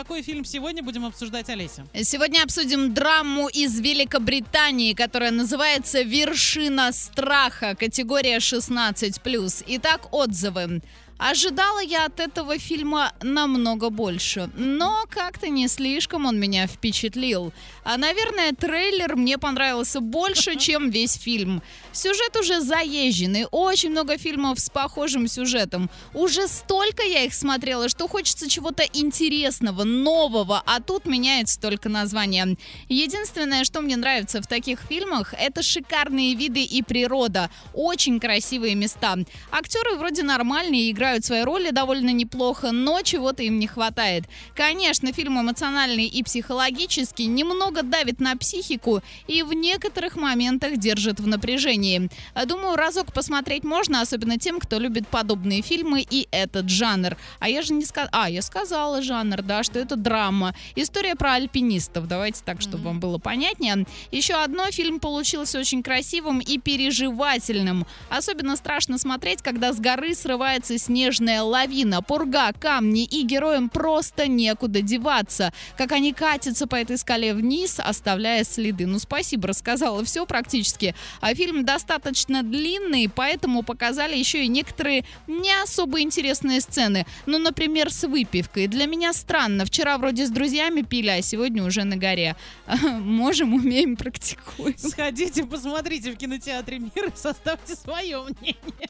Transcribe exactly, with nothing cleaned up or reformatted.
какой фильм сегодня будем обсуждать, Олеся? Сегодня обсудим драму из Великобритании, которая называется «Вершина страха», категория шестнадцать плюс. Итак, отзывы. Ожидала я от этого фильма намного больше, но как-то не слишком он меня впечатлил. А, наверное, трейлер мне понравился больше, чем весь фильм. Сюжет уже заезженный, очень много фильмов с похожим сюжетом. Уже столько я их смотрела, что хочется чего-то интересного, нового, а тут меняется только название. Единственное, что мне нравится в таких фильмах, это шикарные виды и природа, очень красивые места. Актеры вроде нормальные, играют свои роли довольно неплохо, но чего-то им не хватает. Конечно, фильм эмоциональный и психологический, немного давит на психику и в некоторых моментах держит в напряжении. Думаю, разок посмотреть можно, особенно тем, кто любит подобные фильмы и этот жанр. А я же не сказала... А, я сказала жанр, да, что это драма. История про альпинистов. Давайте так, чтобы mm-hmm. вам было понятнее. Еще одно, фильм получился очень красивым и переживательным. Особенно страшно смотреть, когда с горы срывается снежная лавина, пурга, камни, и героям просто некуда деваться. Как они катятся по этой скале вниз, оставляя следы. Ну, спасибо, рассказала все практически. А фильм достаточно длинный, поэтому показали еще и некоторые не особо интересные сцены. Ну, например, с выпивкой. Для меня странно. Вчера вроде с друзьями пили, а сегодня уже на горе. Можем, умеем, практикуем. Сходите, посмотрите в кинотеатре «Мир» и составьте свое мнение.